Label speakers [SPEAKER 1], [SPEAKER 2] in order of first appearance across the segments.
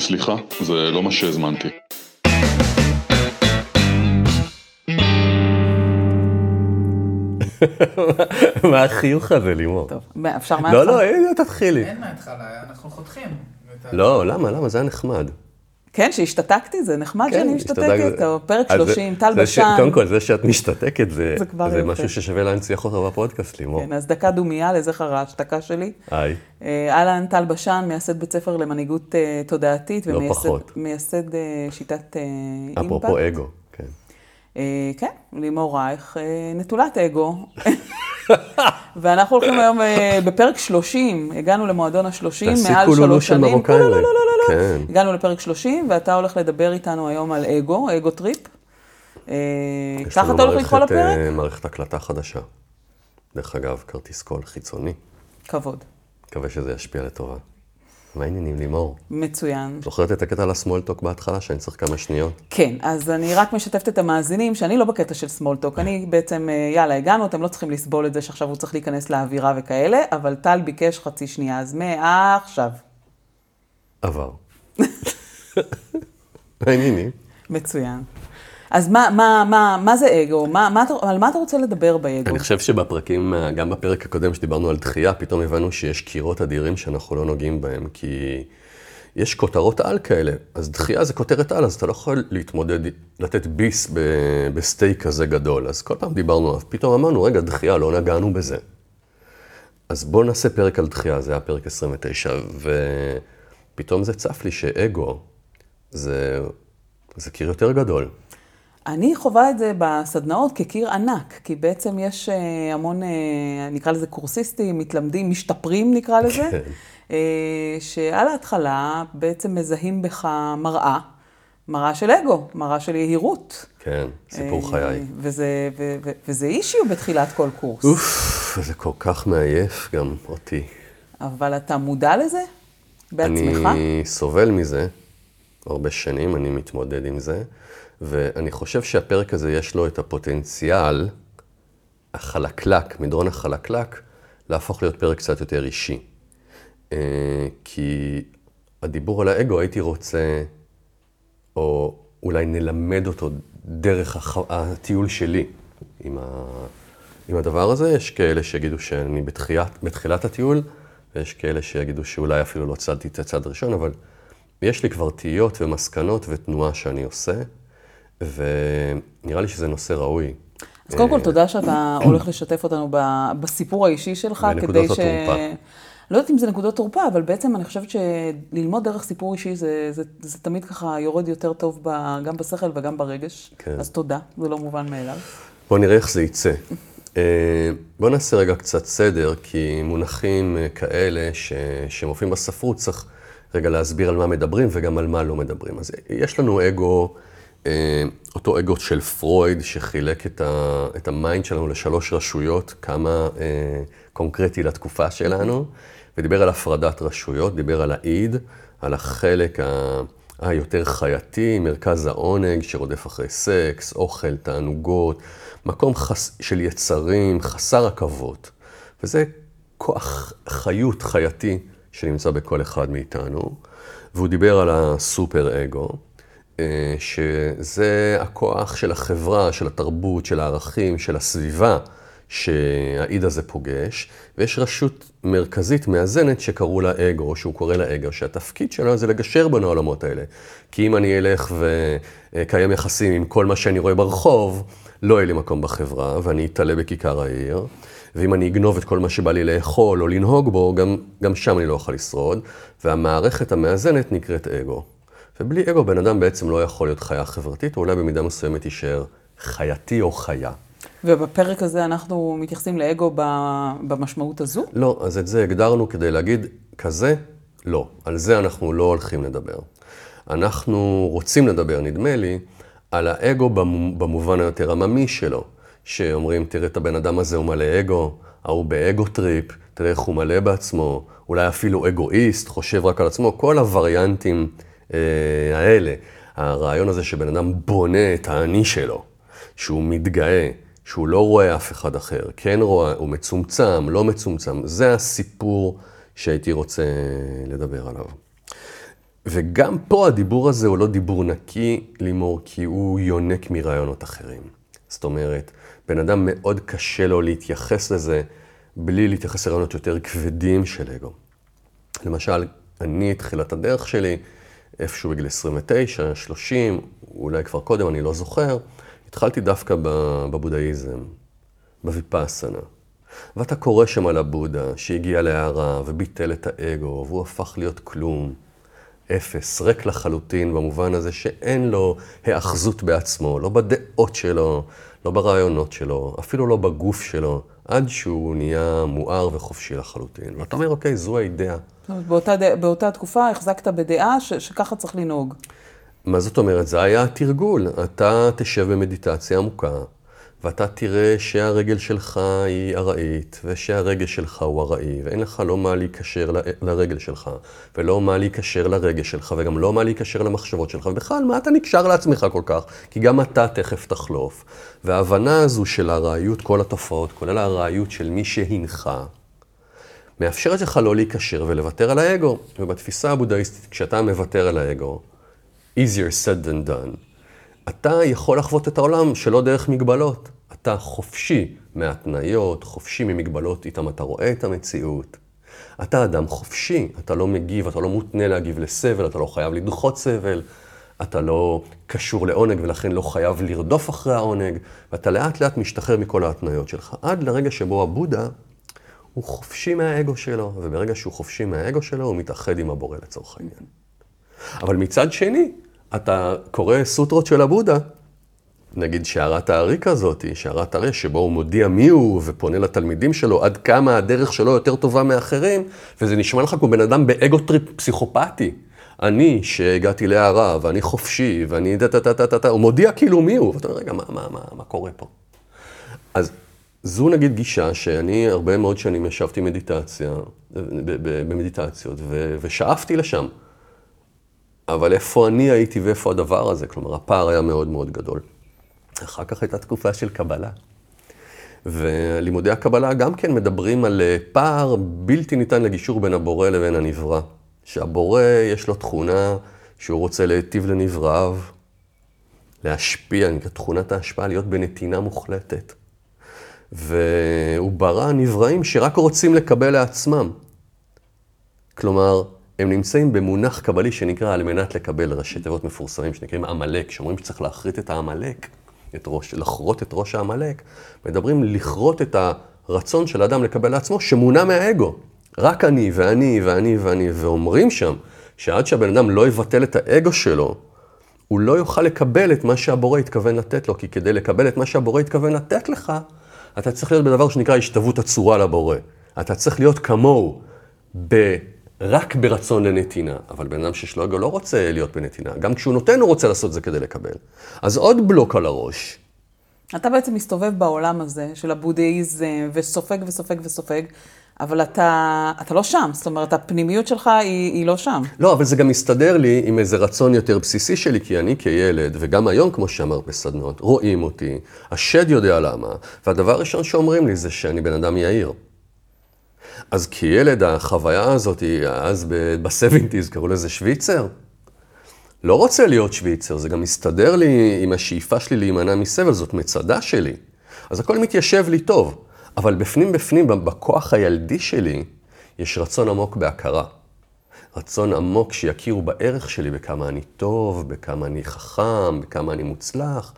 [SPEAKER 1] סליחה, זה לא מה שהזמנתי.
[SPEAKER 2] מה החיוך הזה, לימור?
[SPEAKER 3] טוב, אפשר מההתחלה?
[SPEAKER 2] לא, תתחילי.
[SPEAKER 4] אין מההתחלה, אנחנו חותכים.
[SPEAKER 2] לא, למה? זה היה נחמד.
[SPEAKER 3] כן, שהשתתקתי, זה נחמד שאני משתתקת, או פרק 30, טל בשן.
[SPEAKER 2] קודם כל, זה שאת משתתקת, זה
[SPEAKER 3] יפה.
[SPEAKER 2] משהו ששווה להנציח אותו בפודקאסט, לימור.
[SPEAKER 3] כן, אז דקה דומיה לזכר ההשתקה שלי.
[SPEAKER 2] היי.
[SPEAKER 3] אהלן, טל בשן, מייסד בית ספר למנהיגות תודעתית,
[SPEAKER 2] לא פחות.
[SPEAKER 3] ומייסד שיטת אימפקט.
[SPEAKER 2] אפרופו אגו, כן.
[SPEAKER 3] כן, לימור רייך, נטולת אגו. ואנחנו הולכים היום בפרק 30, הגענו למועדון ה-30, מעל 3 שנים.
[SPEAKER 2] תעשי קולולו של מרוקאי.
[SPEAKER 3] לא.
[SPEAKER 2] כן.
[SPEAKER 3] הגענו לפרק 30, ואתה הולך לדבר איתנו היום על אגו טריפ. ככה אתה הולך לקרוא לפרק?
[SPEAKER 2] יש לנו מערכת הקלטה חדשה. דרך אגב, כרטיס קול חיצוני.
[SPEAKER 3] כבוד.
[SPEAKER 2] מקווה שזה ישפיע לטובה. מה העניינים, לימור?
[SPEAKER 3] מצוין.
[SPEAKER 2] זוכרת את הקטע על הסמולטוק בהתחלה, שאני צריך כמה שניות?
[SPEAKER 3] כן, אז אני רק משתפת את המאזינים, שאני לא בקטע של סמולטוק. אני בעצם, יאללה, הגענו, אתם לא צריכים לסבול את זה שעכשיו הוא צריך להיכנס לאווירה וכאלה, אבל טל ביקש חצי שנייה, אז עכשיו.
[SPEAKER 2] עבר. העניינים.
[SPEAKER 3] מצוין. אז מה זה אגו? על מה אתה רוצה לדבר באגו?
[SPEAKER 2] אני חושב שבפרקים, גם בפרק הקודם שדיברנו על דחייה, פתאום הבנו שיש קירות אדירים שאנחנו לא נוגעים בהם, כי יש כותרות על כאלה. אז דחייה זה כותרת על, אז אתה לא יכול להתמודד, לתת ביס בסטייק כזה גדול. אז כל פעם דיברנו עליו, פתאום אמרנו, רגע, דחייה, לא נגענו בזה. אז בואו נעשה פרק על דחייה, זה היה פרק 29, ופתאום זה צף לי שאגו זה קיר יותר גדול.
[SPEAKER 3] אני חווה את זה בסדנאות כקיר ענק, כי בעצם יש המון, נקרא לזה קורסיסטים, מתלמדים, משתפרים נקרא לזה, שעל ההתחלה בעצם מזהים בך מראה של אגו, מראה של יהירות.
[SPEAKER 2] כן, סיפור חיי.
[SPEAKER 3] וזה אישיו בתחילת כל קורס.
[SPEAKER 2] זה כל כך מעייף גם אותי.
[SPEAKER 3] אבל אתה מודע לזה בעצמך?
[SPEAKER 2] אני סובל מזה הרבה שנים, אני מתמודד עם זה. ואני חושב שהפרק הזה יש לו את הפוטנציאל, החלקלק, מדרון החלקלק, להפוך להיות פרק קצת יותר אישי. כי הדיבור על האגו הייתי רוצה, או אולי נלמד אותו דרך הטיול שלי עם הדבר הזה. יש כאלה שיגידו שאני בתחילת הטיול, ויש כאלה שיגידו שאולי אפילו לא צדתי את הצד הראשון, אבל יש לי כבר תהיות ומסקנות ותנועה שאני עושה. ונראה לי שזה נושא ראוי.
[SPEAKER 3] אז קודם כל, תודה שאתה הולך לשתף אותנו בסיפור האישי שלך,
[SPEAKER 2] בנקודות התורפה.
[SPEAKER 3] לא יודעת אם זה נקודות תורפה, אבל בעצם אני חושבת שללמוד דרך סיפור אישי זה תמיד ככה יורד יותר טוב גם בשכל וגם ברגש.
[SPEAKER 2] כן.
[SPEAKER 3] אז תודה, זה לא מובן מאליו.
[SPEAKER 2] בוא נראה איך זה יצא. בוא נעשה רגע קצת סדר, כי מונחים כאלה שמופיעים בספרות צריך רגע להסביר על מה מדברים וגם על מה לא מדברים. אז יש לנו אגו, אותו אגו של פרויד שחילק את המיינד שלנו לשלוש רשויות, כמה קונקרטי לתקופה שלנו, ודיבר על הפרדת רשויות, דיבר על האיד, על החלק היותר חייתי, מרכז העונג שרודף אחרי סקס, אוכל, תענוגות, מקום של יצרים, חסר עכבות. וזה כוח חיות חייתי שנמצא בכל אחד מאיתנו, והוא דיבר על הסופר אגו, שזה הכוח של החברה, של התרבות, של הערכים, של הסביבה שהאיד הזה פוגש, ויש רשות מרכזית מאזנת שקראו לה אגו, שהוא קורא לה אגו, שהתפקיד שלו זה לגשר בין העולמות האלה. כי אם אני אלך וקיים יחסים עם כל מה שאני רואה ברחוב, לא יהיה לי מקום בחברה, ואני אתעלה בכיכר העיר, ואם אני אגנוב את כל מה שבא לי לאכול או לנהוג בו, גם שם אני לא אוכל לשרוד, והמערכת המאזנת נקראת אגו. ובלי אגו בן אדם בעצם לא יכול להיות חיה חברתית, או אולי במידה מסוימת יישאר חייתי או חיה.
[SPEAKER 3] ובפרק הזה אנחנו מתייחסים לאגו במשמעות הזו?
[SPEAKER 2] לא, אז את זה הגדרנו כדי להגיד כזה, לא. על זה אנחנו לא הולכים לדבר. אנחנו רוצים לדבר, נדמה לי, על האגו במובן היותר עממי שלו. שאומרים, תראה את הבן אדם הזה, הוא מלא אגו, הוא באגו טריפ, תראה איך הוא מלא בעצמו, אולי אפילו אגואיסט, חושב רק על עצמו, כל הווריאנטים האלה. הרעיון הזה שבן אדם בונה את האני שלו, שהוא מתגאה, שהוא לא רואה אף אחד אחר, כן רואה, הוא מצומצם, לא מצומצם, זה הסיפור שהייתי רוצה לדבר עליו. וגם פה הדיבור הזה הוא לא דיבור נקי, לימור, כי הוא יונק מרעיונות אחרים. זאת אומרת, בן אדם מאוד קשה לו להתייחס לזה, בלי להתייחס לרעיונות יותר כבדים של אגו. למשל, אני תחילת הדרך שלי, איפשהו בגיל 29, 30, אולי כבר קודם, אני לא זוכר, התחלתי דווקא בבודהיזם, בויפאסנה. ואתה קורא שם על הבודה שהגיע להערה וביטל את האגו, והוא הפך להיות כלום, אפס, ריק לחלוטין, במובן הזה שאין לו האחזות בעצמו, לא בדעות שלו, לא ברעיונות שלו, אפילו לא בגוף שלו, עד שהוא נהיה מואר וחופשי לחלוטין. ואתה אומר, אוקיי, זו האידאה.
[SPEAKER 3] באותה תקופה החזקת בדעה שככה צריך לנהוג.
[SPEAKER 2] מה זאת אומרת? זה היה התרגול. אתה תשב במדיטציה עמוקה, ואתה תראה שהרגל שלך היא ארעית, ושהרגל שלך הוא ארעי, ואין לך לא מה להיקשר לרגל שלך, ולא מה להיקשר לרגל שלך, וגם לא מה להיקשר למחשבות שלך, ובכלל, מה אתה נקשר לעצמך כל כך? כי גם אתה תכף תחלוף. וההבנה הזו של הרעיות, כל התופעות, כולל הרעיות של מי שהנחה, מאפשרת לך לא להיקשר ולוותר על האגו. ובתפיסה הבודהיסטית, כשאתה מוותר על האגו, easier said than done, אתה יכול לחוות את העולם שלא דרך מגבלות. אתה חופשי מהתניות, חופשי ממגבלות איתם אתה רואה את המציאות. אתה אדם חופשי, אתה לא מגיב, אתה לא מותנה להגיב לסבל, אתה לא חייב לדחות סבל, אתה לא קשור לעונג ולכן לא חייב לרדוף אחרי העונג, ואתה לאט לאט משתחרר מכל ההתניות שלך. עד לרגע שבו הבודה הוא חופשי מהאגו שלו, וברגע שהוא חופשי מהאגו שלו הוא מתאחד עם הבורא לצורך העניין. אבל מצד שני, אתה קורא סוטרות של הבודה, נגיד שערת הארי כזאת, שערת הארי שבו הוא מודיע מי הוא ופונה לתלמידים שלו עד כמה הדרך שלו יותר טובה מאחרים, וזה נשמע לך כמו בן אדם באגו טריפ פסיכופתי. אני שהגעתי להערה ואני חופשי ואני הוא מודיע כאילו מי הוא, ואתה אומר רגע, מה קורה פה? אז זו נגיד גישה שאני הרבה מאוד שנים ישבתי במדיטציות ושאפתי לשם. אבל איפה אני הייתי ואיפה הדבר הזה? כלומר, הפער היה מאוד מאוד גדול. אחר כך הייתה תקופה של קבלה. ולימודי הקבלה גם כן מדברים על פער בלתי ניתן לגישור בין הבורא לבין הנברא. שהבורא יש לו תכונה שהוא רוצה להיטיב לנבראיו, להשפיע, נקרא תכונת ההשפעה, להיות בנתינה מוחלטת. והוא ברא נבראים שרק רוצים לקבל לעצמם. כלומר, הם נמצאים במונח קבלי שנקרא על מנת לקבל ראשי תיבות מפורסמים שנקראים עמלק, שאומרים שצריך להכרות את העמלק, לחרות את ראש העמלק, מדברים לכרות את הרצון של האדם לקבל לעצמו שמונע מהאגו. רק אני ואני ואני ואני, ואומרים שם שעד שהבן אדם לא יבטל את האגו שלו, הוא לא יוכל לקבל את מה שהבורא התכוון לתת לו, כי כדי לקבל את מה שהבורא התכוון לתת לך, אתה צריך להיות בדבר שנקרא השתוות הצורה לבורא. אתה צריך להיות כמוהו רק ברצון לנתינה, אבל בן אדם שיש לו אגו לא רוצה להיות בנתינה. גם כשהוא נותן הוא רוצה לעשות זה כדי לקבל. אז עוד בלוק על הראש.
[SPEAKER 3] אתה בעצם מסתובב בעולם הזה של הבודהיזם וסופג וסופג וסופג, אבל אתה לא שם, זאת אומרת, הפנימיות שלך היא לא שם.
[SPEAKER 2] לא, אבל זה גם מסתדר לי עם איזה רצון יותר בסיסי שלי, כי אני כילד, וגם היום, כמו שאמרת בסדנות, רואים אותי, השד יודע למה, והדבר הראשון שאומרים לי זה שאני בן אדם יאיר. אז כילד החוויה הזאת, אז ב-70s קראו לזה שוויצר. לא רוצה להיות שוויצר, זה גם מסתדר לי עם השאיפה שלי להימנע מסבל, זאת מצדה שלי. אז הכל מתיישב לי טוב. אבל בפנים, בכוח הילדי שלי, יש רצון עמוק בהכרה. רצון עמוק שיכירו בערך שלי, בכמה אני טוב, בכמה אני חכם, בכמה אני מוצלח.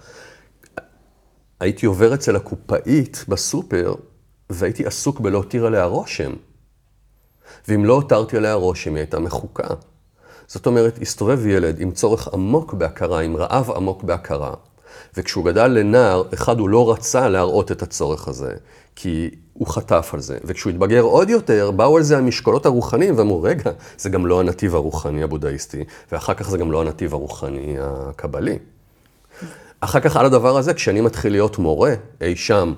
[SPEAKER 2] הייתי עובר אצל הקופאית בסופר, והייתי עסוק בלהותיר עליה רושם. ואם לא הותרתי עליה רושם, היא הייתה מחוקה. זאת אומרת, הסתובב ילד עם צורך עמוק בהכרה, עם רעב עמוק בהכרה. וכשהוא גדל לנער, אחד הוא לא רצה להראות את הצורך הזה, כי הוא חטף על זה. וכשהוא התבגר עוד יותר, באו על זה המשקולות הרוחניים, ואמרו, רגע, זה גם לא הנתיב הרוחני הבודהיסטי, ואחר כך זה גם לא הנתיב הרוחני הקבלי. אחר כך על הדבר הזה, כשאני מתחיל להיות מורה, אי שם,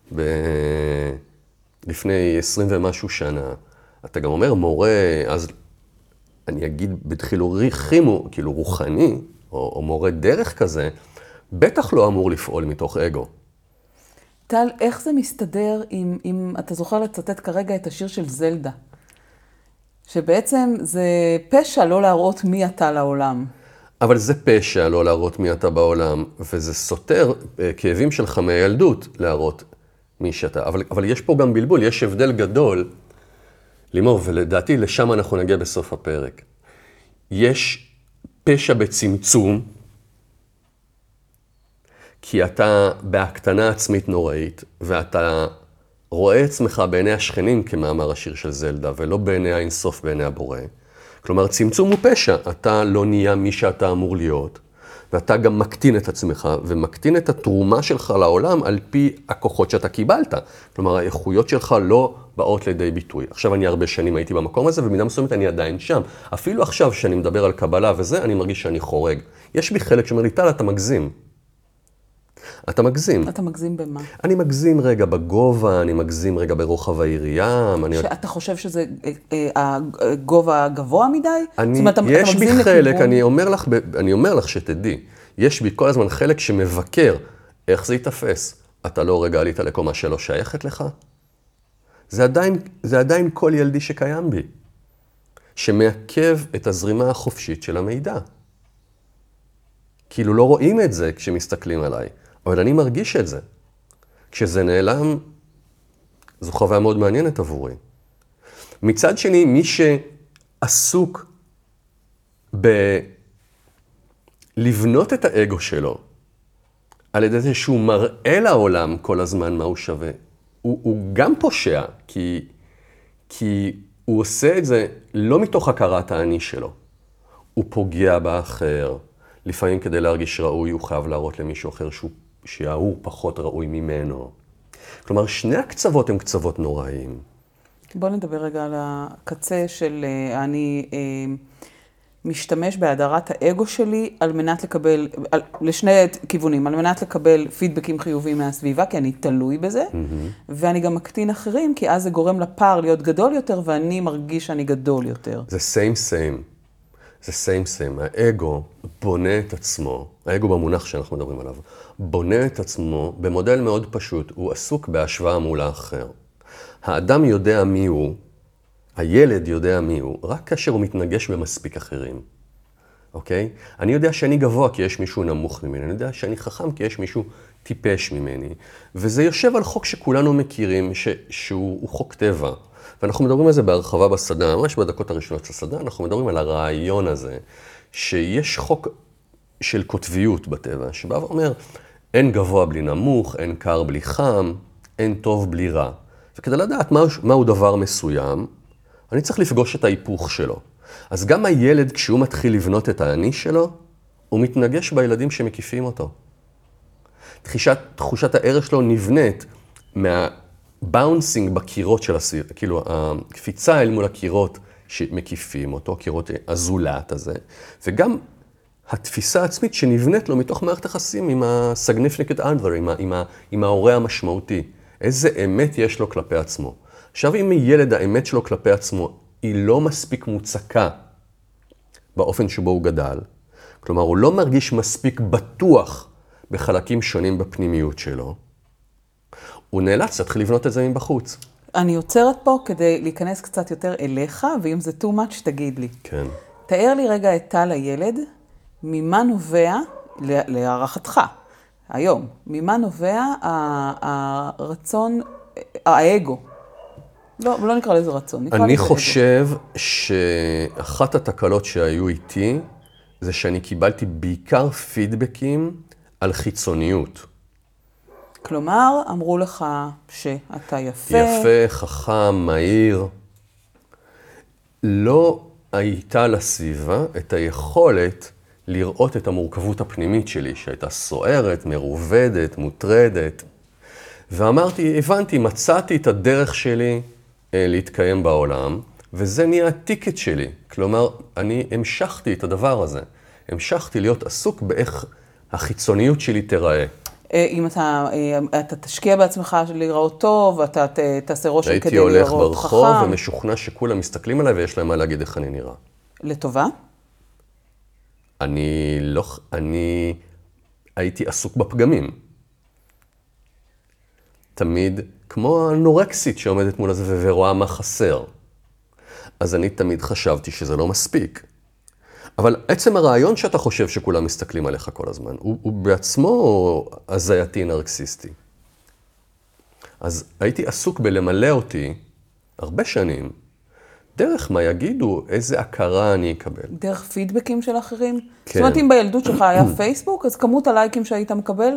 [SPEAKER 2] לפני 20 ומשהו שנה, אתה גם אומר מורה, אז אני אגיד בדחילו ריחימו, כאילו רוחני, או מורה דרך כזה, בטח לא אמור לפעול מתוך אגו.
[SPEAKER 3] טל, איך זה מסתדר אם אתה זוכר לצטט כרגע את השיר של זלדה? שבעצם זה פשע לא להראות מי אתה לעולם.
[SPEAKER 2] אבל זה פשע לא להראות מי אתה בעולם, וזה סותר כאבים שלך מהילדות להראות מי שאתה. אבל יש פה גם בלבול, יש הבדל גדול, לימור, ולדעתי לשם אנחנו נגיע בסוף הפרק. יש פשע בצמצום, כי אתה בהקטנה עצמית נוראית, ואתה רואה עצמך בעיני השכנים, כמאמר השיר של זלדה, ולא בעיני האינסוף, בעיני הבורא. כלומר, צמצום הוא פשע. אתה לא נהיה מי שאתה אמור להיות, ואתה גם מקטין את עצמך, ומקטין את התרומה שלך לעולם על פי הכוחות שאתה קיבלת. כלומר, האיכויות שלך לא באות לידי ביטוי. עכשיו אני הרבה שנים הייתי במקום הזה, ובמידה מסוימת אני עדיין שם. אפילו עכשיו שאני מדבר על קבלה וזה, אני מרגיש שאני חורג. יש בי חלק שאומר לי, טל, אתה מגזים. אתה מגזים.
[SPEAKER 3] אתה מגזים במה?
[SPEAKER 2] אני מגזים רגע בגובה, אני מגזים רגע ברוחב העירייה.
[SPEAKER 3] שאתה חושב שזה גובה גבוה מדי?
[SPEAKER 2] יש בי חלק, אני אומר לך שתדעי, יש בי כל הזמן חלק שמבקר איך זה יתפס. אתה לא רגע עלית לקומה שלא שייכת לך? זה עדיין כל ילדי שקיים בי, שמעכב את הזרימה החופשית של המידע. כאילו לא רואים את זה כשמסתכלים עליי. אבל אני מרגיש את זה. כשזה נעלם, זו חוויה מאוד מעניינת עבורי. מצד שני, מי שעסוק בלבנות את האגו שלו, על ידי זה שהוא מראה לעולם כל הזמן מה הוא שווה, הוא גם פושע, כי הוא עושה את זה לא מתוך הכרת האני שלו. הוא פוגע באחר. לפעמים כדי להרגיש ראוי, הוא חייב להראות למישהו אחר שהוא פחות ראוי ממנו. כלומר, שני הקצוות הם קצוות נוראיים.
[SPEAKER 3] בוא נדבר רגע על הקצה של אני משתמש בהדרת האגו שלי על מנת לקבל, לשני כיוונים, על מנת לקבל פידבקים חיוביים מהסביבה, כי אני תלוי בזה, ואני גם מקטין אחרים, כי אז זה גורם לפער להיות גדול יותר, ואני מרגיש שאני גדול יותר.
[SPEAKER 2] זה same. זה same. האגו בונה את עצמו, האגו במונח שאנחנו מדברים עליו, בונה את עצמו במודל מאוד פשוט, הוא עסוק בהשוואה מול האחר. האדם יודע מי הוא, הילד יודע מי הוא, רק כאשר הוא מתנגש במספיק אחרים. אוקיי? אני יודע שאני גבוה כי יש מישהו נמוך ממני, אני יודע שאני חכם כי יש מישהו טיפש ממני, וזה יושב על חוק שכולנו מכירים, שהוא חוק טבע. ואנחנו מדברים על זה בהרחבה בסדנה, ממש בדקות הראשונות של הסדנה, אנחנו מדברים על הרעיון הזה, שיש חוק של קוטביות בטבע, שבא ואומר, אין גבוה בלי נמוך, אין קר בלי חם, אין טוב בלי רע. וכדי לדעת מהו דבר מסוים, אני צריך לפגוש את ההיפוך שלו. אז גם הילד, כשהוא מתחיל לבנות את האני שלו, הוא מתנגש בילדים שמקיפים אותו. תחושת הערך שלו נבנית באונסינג בקירות של הסיר, כאילו הקפיצה אל מול הקירות שמקיפים אותו, הקירות הזולת הזה, וגם התפיסה העצמית שנבנית לו מתוך מערכת יחסים עם ה-significant other, עם ההורה המשמעותי. איזה אמת יש לו כלפי עצמו. עכשיו, אם ילד האמת שלו כלפי עצמו היא לא מספיק מוצקה באופן שבו הוא גדל, כלומר, הוא לא מרגיש מספיק בטוח בחלקים שונים בפנימיות שלו, הוא נאלץ להתחיל לבנות את זה מבחוץ.
[SPEAKER 3] אני עוצרת פה כדי להיכנס קצת יותר אליך, ואם זה too much, תגיד לי.
[SPEAKER 2] כן.
[SPEAKER 3] תאר לי רגע את טל הילד, ממה נובע, להערכתך, היום, ממה נובע הרצון, האגו? לא נקרא לזה רצון, נקרא לזה אגו.
[SPEAKER 2] אני חושב שאחת התקלות שהיו איתי, זה שאני קיבלתי בעיקר פידבקים על חיצוניות.
[SPEAKER 3] כלומר, אמרו לך שאתה יפה.
[SPEAKER 2] יפה, חכם, מהיר. לא הייתה לסביבה את היכולת לראות את המורכבות הפנימית שלי, שהייתה סוערת, מרובדת, מוטרדת. ואמרתי, הבנתי, מצאתי את הדרך שלי להתקיים בעולם, וזה נהיה הטיקט שלי. כלומר, אני המשכתי את הדבר הזה. המשכתי להיות עסוק באיך החיצוניות שלי תיראה.
[SPEAKER 3] אם אתה תשקיע בעצמך להיראות טוב, ואתה תעשה רושם כדי להיראות חכם.
[SPEAKER 2] הייתי הולך ברחוב ומשוכנע שכולם מסתכלים עליי ויש להם מה להגיד איך אני נראה.
[SPEAKER 3] לטובה?
[SPEAKER 2] אני הייתי עסוק בפגמים. תמיד כמו הנורקסית שעומדת מול הזה ורואה מה חסר. אז אני תמיד חשבתי שזה לא מספיק. אבל עצם הרעיון שאתה חושב שכולם מסתכלים עליך כל הזמן, הוא בעצמו הזייתי נרקסיסטי. אז הייתי עסוק בלמלא אותי הרבה שנים, דרך מה יגידו, איזה הכרה אני אקבל.
[SPEAKER 3] דרך פידבקים של אחרים?
[SPEAKER 2] כן.
[SPEAKER 3] זאת אומרת, אם בילדות שלך היה פייסבוק, אז כמות הלייקים שהיית מקבל?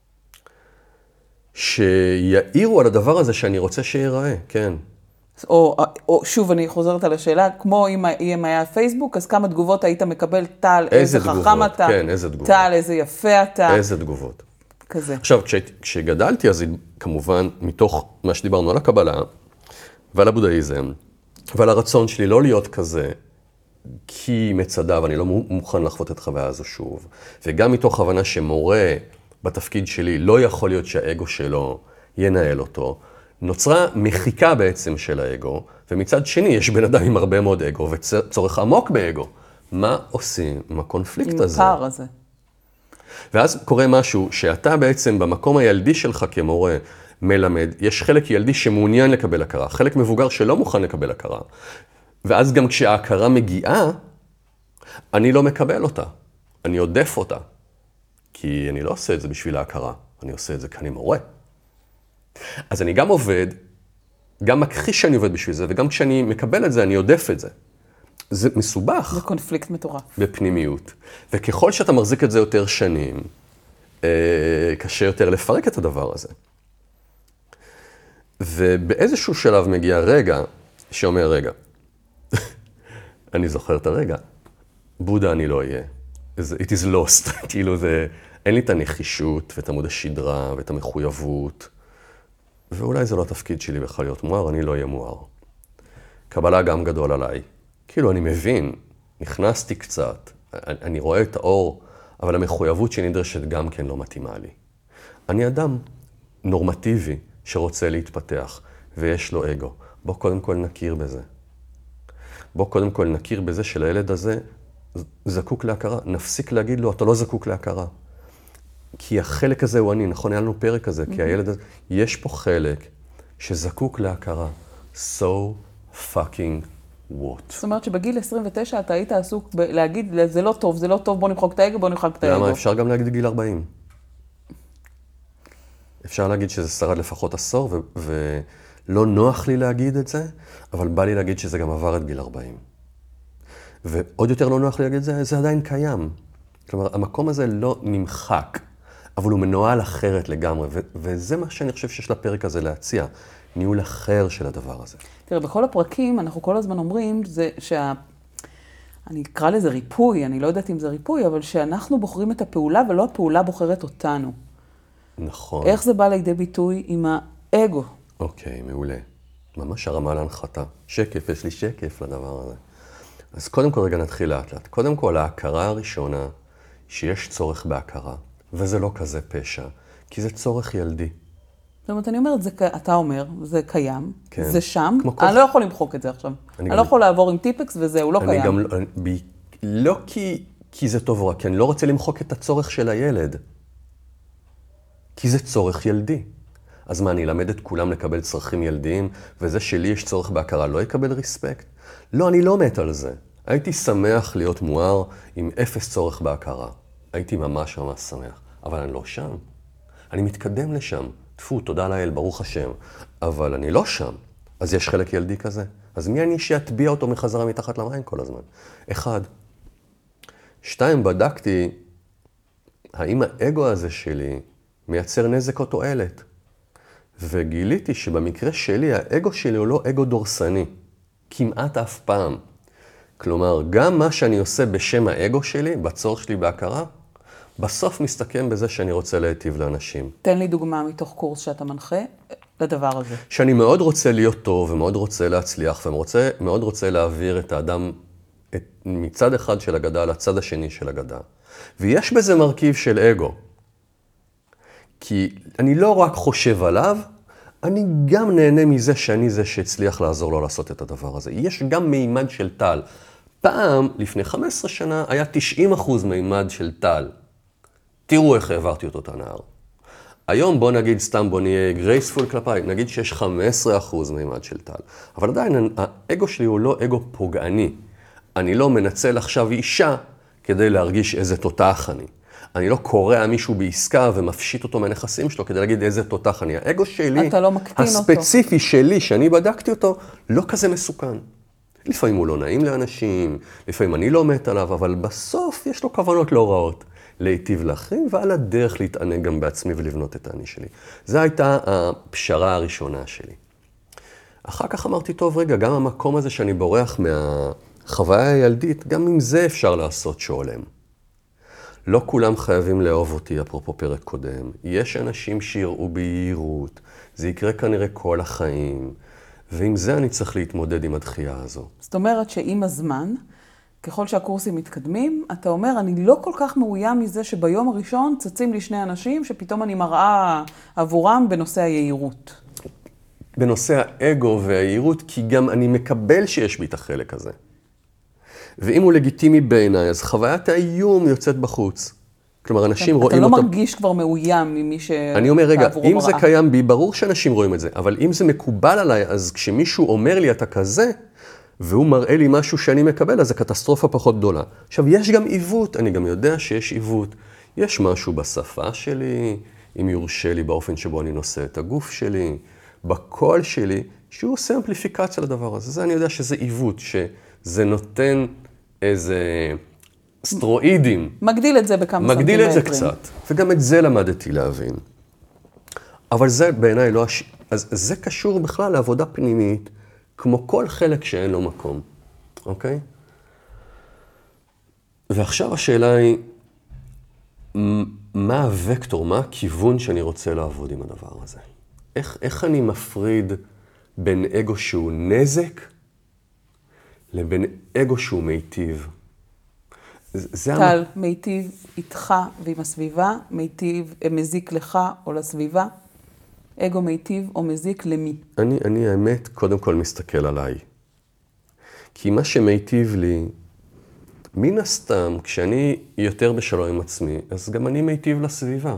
[SPEAKER 2] שיעירו על הדבר הזה שאני רוצה שיראה, כן.
[SPEAKER 3] או שוב, אני חוזרת על השאלה, כמו אם היה פייסבוק, אז כמה תגובות היית מקבל, טל, איזה חכם אתה,
[SPEAKER 2] כן, איזה תגובות.
[SPEAKER 3] טל, איזה יפה אתה.
[SPEAKER 2] איזה תגובות.
[SPEAKER 3] כזה.
[SPEAKER 2] עכשיו, כשגדלתי, אז כמובן, מתוך מה שדיברנו על הקבלה, ועל הבודהיזם, ועל הרצון שלי לא להיות כזה, כי מצדה, ואני לא מוכן לחוות את חוויה הזו שוב, וגם מתוך הבנה שמורה בתפקיד שלי לא יכול להיות שהאגו שלו ינהל אותו, נוצרה מחיקה בעצם של האגו, ומצד שני יש בן אדם עם הרבה מאוד אגו, וצורך עמוק באגו. מה עושים עם הקונפליקט הזה?
[SPEAKER 3] עם הפער הזה.
[SPEAKER 2] ואז קורה משהו שאתה בעצם במקום הילדי שלך כמורה מלמד, יש חלק ילדי שמעוניין לקבל הכרה, חלק מבוגר שלא מוכן לקבל הכרה. ואז גם כשההכרה מגיעה, אני לא מקבל אותה, אני עודף אותה. כי אני לא עושה את זה בשביל ההכרה, אני עושה את זה כי אני מורה. אז אני גם עובד, גם מכחיש שאני עובד בשביל זה, וגם כשאני מקבל את זה, אני עודף את זה. זה מסובך.
[SPEAKER 3] זה קונפליקט מטורף.
[SPEAKER 2] בפנימיות. וככל שאתה מחזיק את זה יותר שנים, קשה יותר לפרק את הדבר הזה. ובאיזשהו שלב מגיע רגע, שאומר רגע, אני זוכר את הרגע, בודה אני לא אהיה. It is lost. כאילו זה, אין לי את הנחישות ואת עמוד השדרה ואת המחויבות. ואולי זה לא התפקיד שלי בכלל להיות מואר, אני לא אהיה מואר. קבלה גם גדול עליי. כאילו, אני מבין, נכנסתי קצת, אני רואה את האור, אבל המחויבות שנדרשת גם כן לא מתאימה לי. אני אדם נורמטיבי שרוצה להתפתח, ויש לו אגו. בוא קודם כל נכיר בזה. בוא קודם כל נכיר בזה שלילד הזה זקוק להכרה. נפסיק להגיד לו, אתה לא זקוק להכרה. כי החלק הזה הוא אני, נכון? היה לנו פרק הזה, כי הילד הזה, יש פה חלק שזקוק להכרה. So fucking what?
[SPEAKER 3] זאת אומרת שבגיל 29 אתה היית עסוק להגיד, זה לא טוב, זה לא טוב, בוא נמחוק את האגו, בוא נמחוק את האגו.
[SPEAKER 2] למה? אפשר גם להגיד גיל 40. אפשר להגיד שזה שרד לפחות עשור, ולא נוח לי להגיד את זה, אבל בא לי להגיד שזה גם עבר את גיל 40. ועוד יותר לא נוח לי להגיד את זה, זה עדיין קיים. כלומר, המקום הזה לא נמחק, אבל הוא מנוהל אחרת לגמרי, וזה מה שאני חושב שיש לפרק הזה להציע, ניהול אחר של הדבר הזה.
[SPEAKER 3] תראה, בכל הפרקים אנחנו כל הזמן אומרים אני אקרא לזה ריפוי, אני לא יודעת אם זה ריפוי, אבל שאנחנו בוחרים את הפעולה ולא הפעולה בוחרת אותנו.
[SPEAKER 2] נכון.
[SPEAKER 3] איך זה בא לידי ביטוי עם האגו?
[SPEAKER 2] אוקיי, מעולה. ממש הרמה להנחתה. שקף, יש לי שקף לדבר הזה. אז קודם כל רגע נתחיל לאט לאט. קודם כל, ההכרה הראשונה, שיש צורך בהכרה, וזה לא כזה פשע, כי זה צורך ילדי.
[SPEAKER 3] זאת אומרת, אני אומרת, אתה אומר, זה קיים,
[SPEAKER 2] כן.
[SPEAKER 3] זה שם,
[SPEAKER 2] כל...
[SPEAKER 3] אני לא יכול למחוק את זה עכשיו. אני לא יכול לעבור עם טיפקס וזהו, לא קיים.
[SPEAKER 2] גם לא כי זה טוב או רע, כי אני לא רוצה למחוק את הצורך של הילד. כי זה צורך ילדי. אז מה, אני אלמד את כולם לקבל צרכים ילדיים, וזה שלי יש צורך בהכרה, לא יקבל ריספקט? לא, אני לא מת על זה. הייתי שמח להיות מואר עם אפס צורך בהכרה. הייתי ממש ממש שמח. אבל אני לא שם. אני מתקדם לשם. טפו, תודה לאל, ברוך השם. אבל אני לא שם. אז יש חלק ילדי כזה. אז מי אני שיטביע אותו מחזרה מתחת למים כל הזמן? 1. 2, בדקתי, האם האגו הזה שלי מייצר נזק או תועלת? וגיליתי שבמקרה שלי, האגו שלי הוא לא אגו דורסני. כמעט אף פעם. כלומר, גם מה שאני עושה בשם האגו שלי, בצורך שלי בהכרה, בסוף מסתכם בזה שאני רוצה להיטיב לאנשים.
[SPEAKER 3] תן לי דוגמה מתוך קורס שאתה מנחה לדבר הזה.
[SPEAKER 2] שאני מאוד רוצה להיות טוב ומאוד רוצה להצליח ומאוד רוצה להעביר את האדם מצד אחד של הגדה לצד השני של הגדה. ויש בזה מרכיב של אגו. כי אני לא רק חושב עליו, אני גם נהנה מזה שאני זה שהצליח לעזור לו לעשות את הדבר הזה. יש גם מימד של טל. פעם, לפני 15 שנה, היה 90% מימד של טל. תראו איך העברתי אותו את הנהר. היום בוא נגיד סתם, בוא נהיה גרייספול כלפיי, נגיד שיש 15% מימד של טל. אבל עדיין האגו שלי הוא לא אגו פוגעני. אני לא מנצל עכשיו אישה כדי להרגיש איזה תותח אני. אני לא קורע מישהו בעסקה ומפשיט אותו מהנכסים שלו כדי להגיד איזה תותח אני. האגו שלי,
[SPEAKER 3] אתה לא מקטין אותו.
[SPEAKER 2] הספציפי שלי, שאני בדקתי אותו, לא כזה מסוכן. לפעמים הוא לא נעים לאנשים, לפעמים אני לא מת עליו, אבל בסוף יש לו כוונות לא רעות. להיטיב לאחרים, ועל הדרך להתענג גם בעצמי ולבנות את האני שלי. זו הייתה הפשרה הראשונה שלי. אחר כך אמרתי, טוב, רגע, גם המקום הזה שאני בורח מהחוויה הילדית, גם עם זה אפשר לעשות שולם. לא כולם חייבים לאהוב אותי, אפרופו פרק קודם. יש אנשים שיראו ביהירות, זה יקרה כנראה כל החיים, ועם זה אני צריך להתמודד עם הדחייה הזו.
[SPEAKER 3] זאת אומרת שעם הזמן, ככל שהקורסים מתקדמים, אתה אומר, אני לא כל כך מאוים מזה שביום הראשון צצים לי שני אנשים שפתאום אני מראה עבורם בנושא היהירות.
[SPEAKER 2] בנושא האגו והיהירות, כי גם אני מקבל שיש בי את החלק הזה. ואם הוא לגיטימי בעיניי, אז חוויית האיום יוצאת בחוץ. כלומר, אנשים רואים אותו...
[SPEAKER 3] אתה לא מרגיש כבר מאוים ממי שעבורו
[SPEAKER 2] אני אומר, רגע, אם
[SPEAKER 3] מראה.
[SPEAKER 2] זה קיים בי, ברור שאנשים רואים את זה, אבל אם זה מקובל עליי, אז כשמישהו אומר לי, אתה כזה, והוא מראה לי משהו שאני מקבל, אז זה קטסטרופה פחות גדולה. עכשיו, יש גם עיוות, אני גם יודע שיש עיוות. יש משהו בשפה שלי, אם יורשה לי באופן שבו אני נושא את הגוף שלי, בקול שלי, שהוא עושה אמפליפיקציה לדבר הזה. זה אני יודע שזה עיוות, שזה נותן איזה סטרואידים.
[SPEAKER 3] מגדיל את זה בכמה סנטימטרים.
[SPEAKER 2] מגדיל את זה קצת, וגם את זה למדתי להבין. אבל זה בעיניי לא... אז זה קשור בכלל לעבודה פנימית, כמו כל חלק שאין לו מקום, אוקיי? ועכשיו השאלה היא, מה הוקטור, מה הכיוון שאני רוצה לעבוד עם הדבר הזה? איך אני מפריד בין אגו שהוא נזק לבין אגו שהוא מיטיב?
[SPEAKER 3] טל, מיטיב איתך ועם הסביבה, מיטיב מזיק לך או לסביבה? אגו מיטיב או מזיק למי?
[SPEAKER 2] אני האמת קודם כל מסתכל עליי. כי מה שמיטיב לי, מן הסתם, כשאני יותר בשלום עם עצמי, אז גם אני מיטיב לסביבה.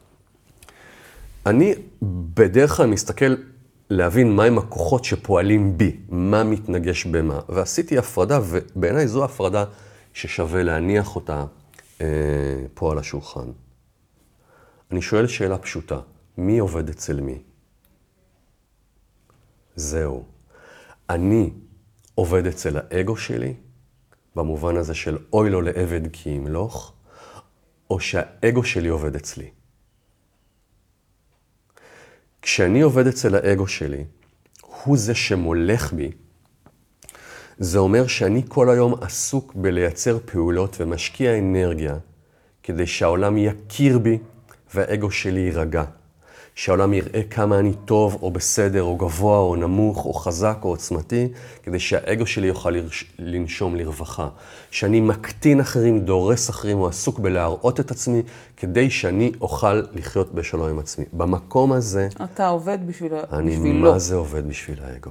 [SPEAKER 2] אני בדרך כלל מסתכל להבין מהם הכוחות שפועלים בי, מה מתנגש במה. ועשיתי הפרדה, ובעיניי זו הפרדה ששווה להניח אותה פה על השולחן. אני שואל שאלה פשוטה. מי עובד אצל מי? זהו. אני עובד אצל האגו שלי, במובן הזה של אוי לו לעבד כי ימלוך, או שהאגו שלי עובד אצלי. כשאני עובד אצל האגו שלי, הוא זה שמולך בי, זה אומר שאני כל היום עסוק בלייצר פעולות ומשקיע אנרגיה, כדי שהעולם יכיר בי והאגו שלי יירגע. שהעולם יראה כמה אני טוב או בסדר או גבוה או נמוך או חזק או עוצמתי, כדי שהאגו שלי יוכל לנשום לרווחה. שאני מקטין אחרים, דורס אחרים או עסוק בלהראות את עצמי, כדי שאני אוכל לחיות בשלום עם עצמי. במקום הזה...
[SPEAKER 3] אתה עובד בשבילו.
[SPEAKER 2] אני מה זה עובד בשביל האגו.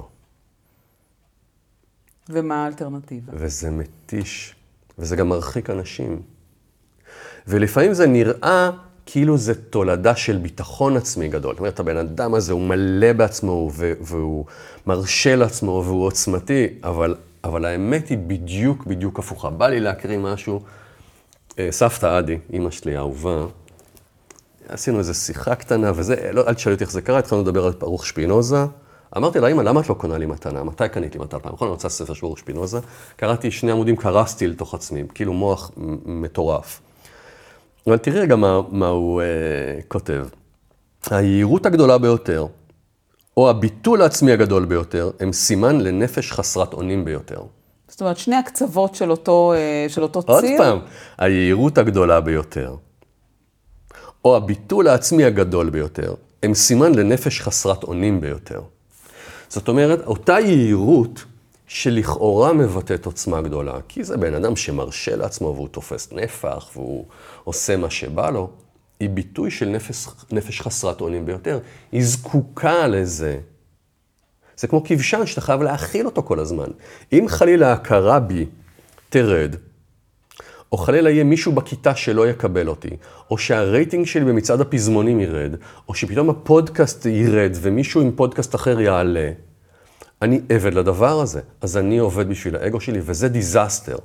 [SPEAKER 3] ומה האלטרנטיבה?
[SPEAKER 2] וזה מתיש, וזה גם מרחיק אנשים. ולפעמים זה נראה כאילו זה תולדה של ביטחון עצמי גדול. זאת אומרת, הבן אדם הזה הוא מלא בעצמו, והוא מרשה לעצמו, והוא עוצמתי, אבל האמת היא בדיוק הפוכה. בא לי להקריא משהו, סבתא עדי, אמא שלי האהובה, עשינו איזו שיחה קטנה, וזה, לא, אל תשאלי אותי איך זה קרה, התחלנו לדבר על ברוך שפינוזה, אמרתי לה, אמא, למה את לא קונה לי מתנה? מתי קנית לי מתנה? נכון, אני רוצה ספר של ברוך שפינוזה, קראתי 2 עמודים, קרסתי לתוך עצמי, כאילו מוח מטורף. אבל תראי רגע מה הוא כותב. היהירות הגדולה ביותר, או הביטול העצמי הגדול ביותר, הם סימן לנפש חסרת אונים ביותר.
[SPEAKER 3] זאת אומרת, שני הקצוות של אותו ציר.
[SPEAKER 2] עוד פעם, היהירות הגדולה ביותר, או הביטול העצמי הגדול ביותר, הם סימן לנפש חסרת אונים ביותר. זאת אומרת, אותה יהירות שלכאורה מבטאת עוצמה גדולה, כי זה בן אדם שמרשה לעצמו והוא תופס נפח והוא עושה מה שבא לו, היא ביטוי של נפש חסרת אונים ביותר. היא זקוקה לזה. זה כמו כבשן שאתה חייב להאכיל אותו כל הזמן. אם חלילה ההכרה בי תרד, או חלילה יהיה מישהו בכיתה שלא יקבל אותי, או שהרייטינג שלי במצעד הפזמונים ירד, או שפתאום הפודקאסט ירד ומישהו עם פודקאסט אחר יעלה, אני עבד לדבר הזה. אז אני עובד בשביל האגו שלי, וזה דיזסטר.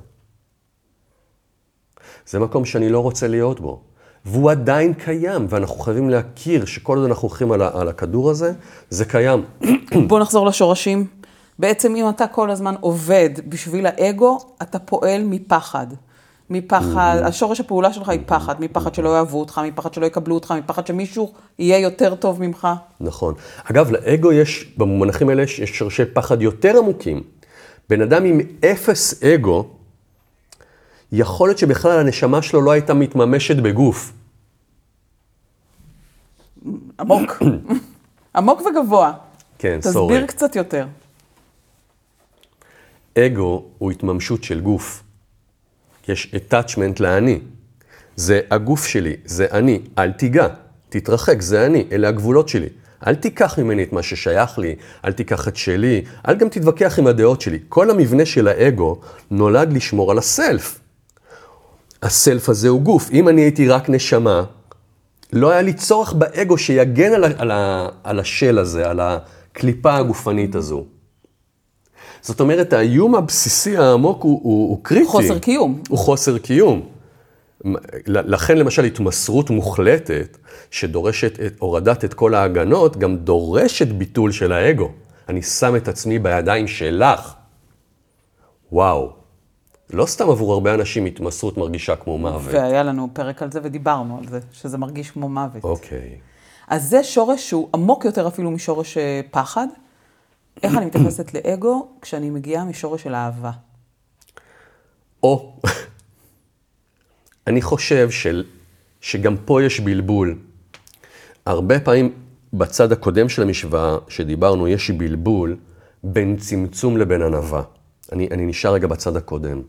[SPEAKER 2] זה מקום שאני לא רוצה להיות בו. והוא עדיין קיים, ואנחנו חייבים להכיר שכל עוד אנחנו הולכים על הכדור הזה, זה קיים.
[SPEAKER 3] בוא נחזור לשורשים. בעצם אם אתה כל הזמן עובד בשביל האגו, אתה פועל מפחד. מפחד, השורש הפעולה שלך היא פחד, מפחד שלא יאהבו אותך, מפחד שלא יקבלו אותך, מפחד שמישהו יהיה יותר טוב ממך.
[SPEAKER 2] נכון. אגב, לאגו יש, במונחים האלה יש שורשי פחד יותר עמוקים. בן אדם עם אפס אגו, יכול להיות שבכלל הנשמה שלו לא הייתה מתממשת בגוף.
[SPEAKER 3] עמוק. עמוק וגבוה.
[SPEAKER 2] כן, סורי.
[SPEAKER 3] תסביר קצת יותר.
[SPEAKER 2] אגו הוא התממשות של גוף. יש attachment לאני. זה הגוף שלי, זה אני. אל תיגע, תתרחק, זה אני, אלה הגבולות שלי. אל תיקח ממני את מה ששייך לי, אל תיקח את שלי, אל גם תתווכח עם הדעות שלי. כל המבנה של האגו נולד לשמור על הסלף. הסלף הזה הוא גוף. אם אני הייתי רק נשמה, לא היה לי צורך באגו שיגן על השל הזה, על הקליפה הגופנית הזו. זאת אומרת, האיום הבסיסי העמוק הוא קריטי.
[SPEAKER 3] חוסר קיום.
[SPEAKER 2] הוא חוסר קיום. לכן למשל התמסרות מוחלטת, שדורשת הורדת את כל ההגנות, גם דורשת ביטול של האגו. אני שם את עצמי בידיים שלך. וואו. לא סתם עבור הרבה אנשים התמסרות מרגישה כמו מוות.
[SPEAKER 3] והיה לנו פרק על זה ודיברנו על זה, שזה מרגיש כמו מוות.
[SPEAKER 2] אוקיי.
[SPEAKER 3] אז זה שורש שהוא עמוק יותר אפילו משורש פחד. איך אני מתייחסת לאגו כשאני מגיעה משורש של אהבה?
[SPEAKER 2] או, אני חושב שגם פה יש בלבול. הרבה פעמים בצד הקודם של המשוואה שדיברנו, יש בלבול בין צמצום לבין ענווה. אני נשאר רגע בצד הקודם.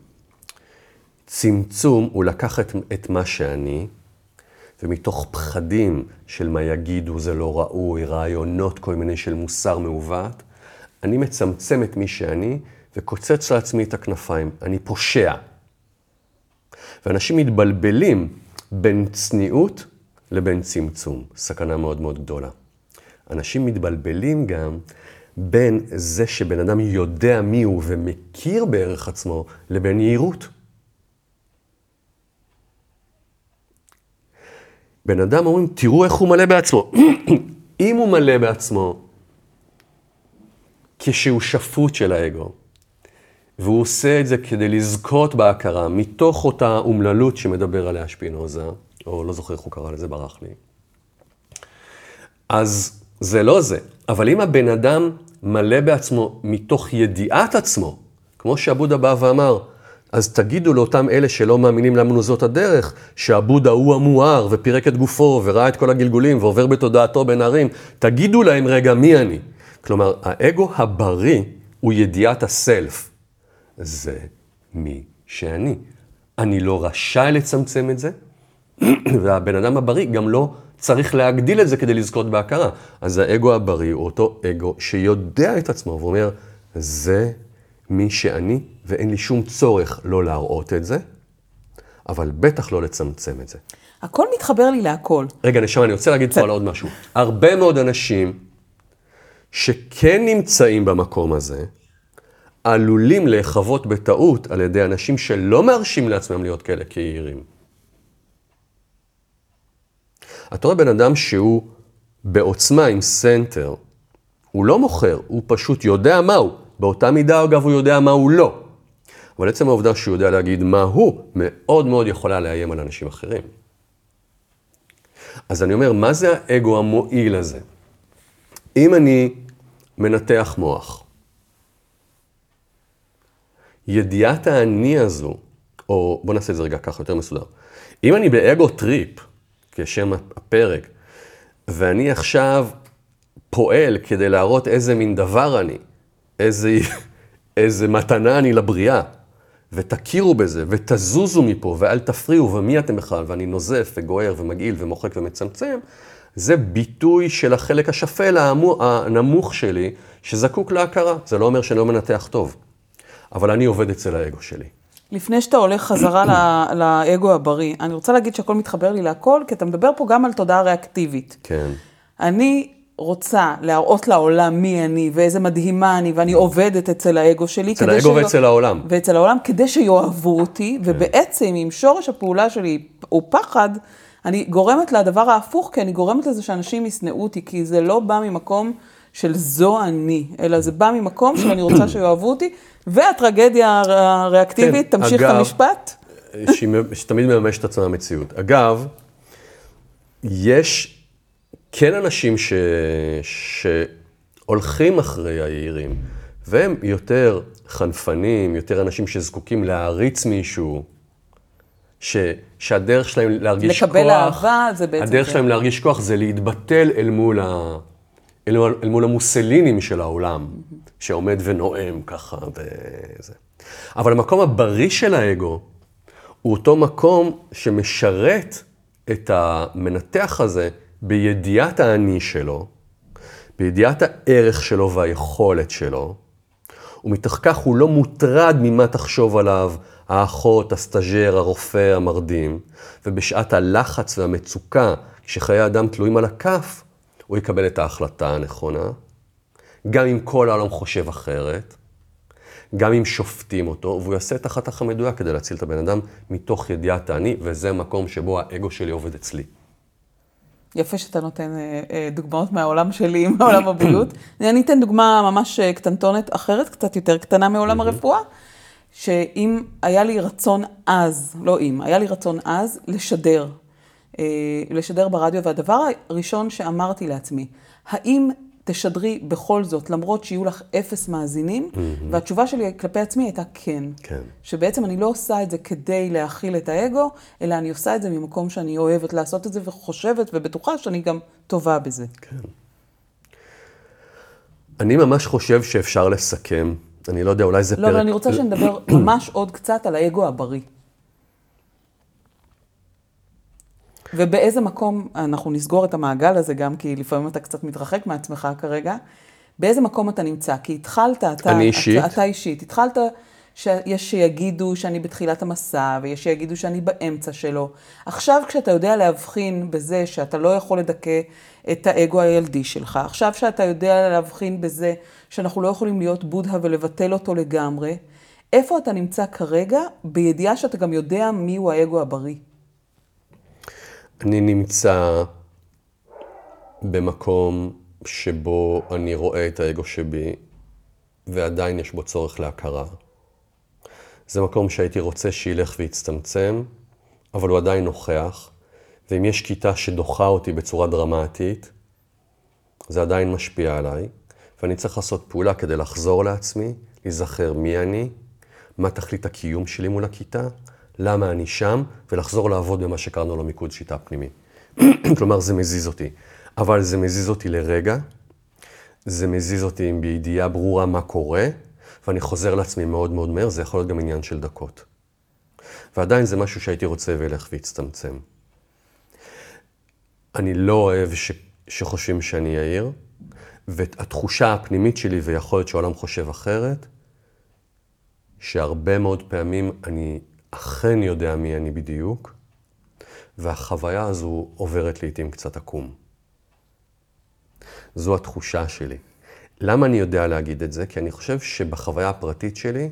[SPEAKER 2] צמצום הוא לקחת את מה שאני, ומתוך פחדים של מה יגידו, זה לא ראוי, רעיונות כל מיני של מוסר מעוות, אני מצמצם את מי שאני וקוצץ לעצמי את הכנפיים. אני פושע. ואנשים מתבלבלים בין צניעות לבין צמצום. סכנה מאוד מאוד גדולה. אנשים מתבלבלים גם בין זה שבן אדם יודע מי הוא ומכיר בערך עצמו, לבין יהירות. בן אדם אומרים, תראו איך הוא מלא בעצמו. אם הוא מלא בעצמו, כשהוא שפוט של האגו, והוא עושה את זה כדי לזכות בהכרה, מתוך אותה אומללות שמדבר עליה שפינוזה, או לא זוכר איך הוא קרא לזה, ברח לי. אז זה לא זה. אבל אם הבן אדם מלא בעצמו מתוך ידיעת עצמו, כמו שהבודה בא ואמר, אז תגידו לאותם אלה שלא מאמינים לנו זאת הדרך, שהבודה הוא המואר ופירק את גופו וראה את כל הגלגולים ועובר בתודעתו בין ערים, תגידו להם רגע מי אני. כלומר, האגו הבריא הוא ידיעת הסלף. זה מי שאני. אני לא רשאי לצמצם את זה, והבן אדם הבריא גם לא צריך להגדיל את זה כדי לזכות בהכרה. אז האגו הבריא הוא אותו אגו שיודע את עצמו, ואומר, זה מי שאני, ואין לי שום צורך לא להראות את זה, אבל בטח לא לצמצם את זה.
[SPEAKER 3] הכל מתחבר לי להכל.
[SPEAKER 2] רגע, נשמה, אני רוצה להגיד פה על עוד משהו. הרבה מאוד אנשים שכן נמצאים במקום הזה, עלולים להיחוות בטעות על ידי אנשים שלא מרשים לעצמם להיות כאלה כיעירים. אתה רואה בן אדם שהוא בעוצמה עם סנטר, הוא לא מוכר, הוא פשוט יודע מה הוא. באותה מידה, אגב, הוא יודע מה הוא לא. אבל עצם העובדה שהוא יודע להגיד מה הוא, מאוד מאוד יכולה לאיים על אנשים אחרים. אז אני אומר, מה זה האגו המועיל הזה? אם אני מנתח מוח, ידיעת האני הזו, או בוא נעשה את זה רגע ככה, יותר מסודר. אם אני באגו טריפ, כשם הפרק, ואני עכשיו פועל כדי להראות איזה מין דבר אני, איזה מתנה אני לבריאה, ותכירו בזה, ותזוזו מפה, ואל תפריעו, ומי אתם בכלל, ואני נוזף וגוער ומגעיל ומוחק ומצמצם, זה ביטוי של החלק השפל הנמוך שלי, שזקוק להכרה. זה לא אומר שאני לא מנתח טוב, אבל אני עובד אצל האגו שלי.
[SPEAKER 3] לפני שאתה הולך חזרה לאגו הבריא, אני רוצה להגיד שהכל מתחבר לי להכל, כי אתה מדבר פה גם על תודעה ריאקטיבית.
[SPEAKER 2] כן.
[SPEAKER 3] אני רוצה להראות לעולם מי אני, ואיזה מדהימה אני, ואני עובדת אצל האגו שלי.
[SPEAKER 2] אצל האגו ואצל העולם.
[SPEAKER 3] ואצל העולם, כדי שיאהבו אותי, ובעצם אם שורש הפעולה שלי הוא פחד, אני גורמת לדבר ההפוך, כי אני גורמת לזה שאנשים ישנאו אותי, כי זה לא בא ממקום של זו אני, אלא זה בא ממקום שאני רוצה שיאהבו אותי, והטרגדיה הריאקטיבית תמשיך את המשפט.
[SPEAKER 2] שתמיד מממש את עצמה המציאות. אגב, יש כן אנשים שהולכים אחרי היעירים, והם יותר חנפנים, יותר אנשים שזקוקים להעריץ מישהו, שהדרך שלהם להרגיש כוח,
[SPEAKER 3] לקבל אהבה, זה בעצם
[SPEAKER 2] הדרך שלהם להרגיש כוח זה להתבטל אל מול המוסלינים של העולם, שעומד ונואם ככה וזה. אבל המקום הבריא של האגו, הוא אותו מקום שמשרת את המנתח הזה בידיעת האני שלו, בידיעת הערך שלו והיכולת שלו, ומתוך כך הוא לא מוטרד ממה תחשוב עליו האחות, הסטאז'ר, הרופא, המרדים, ובשעת הלחץ והמצוקה, כשחיי האדם תלויים על הכף, הוא יקבל את ההחלטה הנכונה, גם אם כל העולם חושב אחרת, גם אם שופטים אותו, והוא יעשה את החתך המדויק כדי להציל את הבן אדם מתוך ידיעת האני, וזה המקום שבו האגו שלי עובד אצלי.
[SPEAKER 3] יפה שאתה נותן דוגמאות מהעולם שלי, מהעולם הבריאות. אני אתן דוגמה ממש קטנטונת אחרת, קצת יותר קטנה מעולם הרפואה, שאם היה לי רצון אז, לא אם, היה לי רצון אז לשדר ברדיו, והדבר הראשון שאמרתי לעצמי, האם תשדרי בכל זאת, למרות שיהיו לך 0 מאזינים, והתשובה שלי כלפי עצמי הייתה כן.
[SPEAKER 2] כן.
[SPEAKER 3] שבעצם אני לא עושה את זה כדי להכיל את האגו, אלא אני עושה את זה ממקום שאני אוהבת לעשות את זה, וחושבת ובטוחה שאני גם טובה בזה.
[SPEAKER 2] כן. אני ממש חושב שאפשר לסכם. אני לא יודע, אולי זה פרק...
[SPEAKER 3] לא, אבל אני רוצה שנדבר ממש עוד קצת על האגו הבריא. ובאיזה מקום, אנחנו נסגור את המעגל הזה גם, כי לפעמים אתה קצת מתרחק מעצמך כרגע, באיזה מקום אתה נמצא? כי התחלת, אתה אישית, התחלת שיש שיגידו שאני בתחילת המסע, ויש שיגידו שאני באמצע שלו. עכשיו כשאתה יודע להבחין בזה שאתה לא יכול לדכא את האגו הילדי שלך, עכשיו שאתה יודע להבחין בזה שאנחנו לא יכולים להיות בודה ולבטל אותו לגמרי, איפה אתה נמצא כרגע בידיעה שאתה גם יודע מיהו האגו הבריא?
[SPEAKER 2] אני נמצא במקום שבו אני רואה את האגו שבי, ועדיין יש בו צורך להכרה. זה מקום שהייתי רוצה שילך ויצטמצם, אבל הוא עדיין נוכח, ואם יש כיתה שדוחה אותי בצורה דרמטית, זה עדיין משפיע עליי, ואני צריך לעשות פעולה כדי לחזור לעצמי, להיזכר מי אני, מה תכלית הקיום שלי מול הכיתה, למה אני שם, ולחזור לעבוד במה שקראנו לו מיקוד שיטה פנימי. כלומר, זה מזיז אותי. אבל זה מזיז אותי לרגע, זה מזיז אותי עם בידיעה ברורה מה קורה, ואני חוזר לעצמי מאוד מאוד מהר, זה יכול להיות גם עניין של דקות. ועדיין זה משהו שהייתי רוצה וילך והצטמצם. אני לא אוהב שחושבים שאני יאיר, והתחושה הפנימית שלי ויכול להיות שהעולם חושב אחרת, שהרבה מאוד פעמים אני אכן יודע מי אני בדיוק, והחוויה הזו עוברת לעתים קצת עקום. זו התחושה שלי. למה אני יודע להגיד את זה? כי אני חושב שבחוויה הפרטית שלי,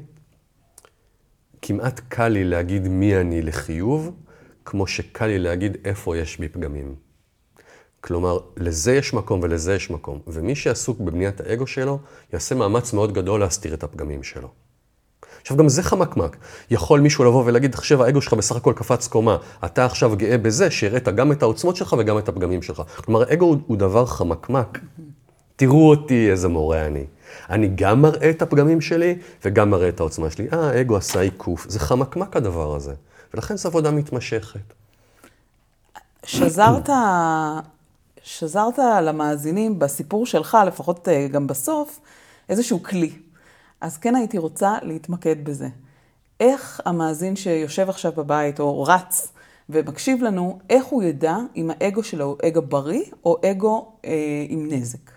[SPEAKER 2] כמעט קל לי להגיד מי אני לחיוב, כמו שקל לי להגיד איפה יש בי פגמים. כלומר, לזה יש מקום ולזה יש מקום. ומי שעסוק בבניית האגו שלו, יעשה מאמץ מאוד גדול להסתיר את הפגמים שלו. עכשיו, גם זה חמקמק. יכול מישהו לבוא ולהגיד, עכשיו האגו שלך בסך הכל קפץ קומה. אתה עכשיו גאה בזה שהראית גם את העוצמות שלך וגם את הפגמים שלך. כלומר, האגו הוא דבר חמקמק. תראו אותי איזה מורה אני. אני גם מראה את הפגמים שלי וגם מראה את העוצמה שלי. האגו עשה עיקוף. זה חמקמק הדבר הזה. ולכן זו עבודה מתמשכת.
[SPEAKER 3] שזרת למאזינים בסיפור שלך, לפחות גם בסוף, איזשהו כלי. אז כן הייתי רוצה להתמקד בזה. איך המאזין שיושב עכשיו בבית או רץ ומקשיב לנו, איך הוא ידע אם האגו שלו הוא אגו בריא או אגו עם נזק?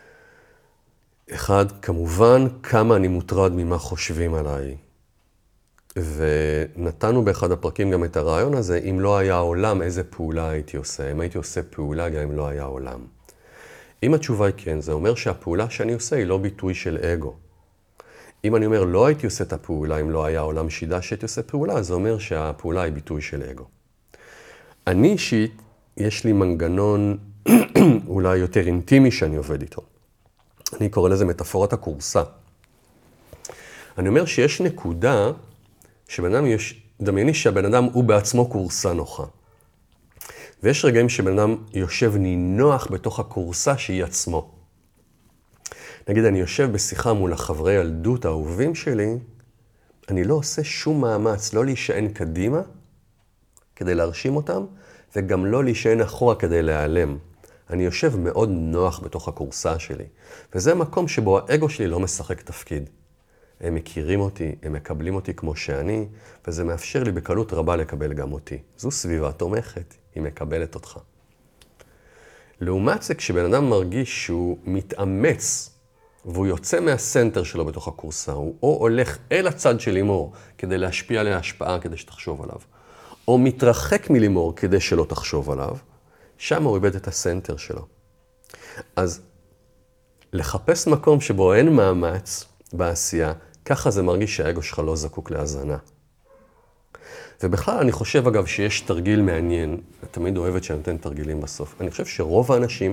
[SPEAKER 2] אחד, כמובן, כמה אני מוטרד ממה חושבים עליי. ונתנו באחד הפרקים גם את הרעיון הזה, אם לא היה עולם, איזה פעולה הייתי עושה? אם הייתי עושה פעולה גם אם לא היה עולם. אם התשובה היא כן, זה אומר שהפעולה שאני עושה היא לא ביטוי של אגו. אם אני אומר, לא הייתי עושה את הפעולה אם לא היה עולם שידע שהייתי עושה פעולה, זה אומר שהפעולה היא ביטוי של אגו. אני אישית, יש לי מנגנון אולי יותר אינטימי שאני עובד איתו. אני קורא לזה מטאפורת הכורסה. אני אומר שיש נקודה שבן אדם דמייני שהבן אדם הוא בעצמו כורסה נוחה. ויש רגעים שבן אדם יושב נינוח בתוך הכורסה שהיא עצמו. נגיד, אני יושב בשיחה מול החברי ילדות האהובים שלי, אני לא עושה שום מאמץ, לא להישען קדימה כדי להרשים אותם, וגם לא להישען אחורה כדי להיעלם. אני יושב מאוד נוח בתוך הכורסה שלי, וזה מקום שבו האגו שלי לא משחק תפקיד. הם מכירים אותי, הם מקבלים אותי כמו שאני, וזה מאפשר לי בקלות רבה לקבל גם אותי. זו סביבה תומכת, היא מקבלת אותך. לעומת זה, כשבן אדם מרגיש שהוא מתאמץ, והוא יוצא מהסנטר שלו בתוך הכורסה, הוא או הולך אל הצד של לימור כדי להשפיע עליה השפעה כדי שתחשוב עליו, או מתרחק מלימור כדי שלא תחשוב עליו, שם הוא איבד את הסנטר שלו. אז לחפש מקום שבו אין מאמץ בעשייה, ככה זה מרגיש שהאגו שלך לא זקוק להזנה. ובכלל אני חושב אגב שיש תרגיל מעניין, אני תמיד אוהבת שאני נותן תרגילים בסוף. אני חושב שרוב האנשים,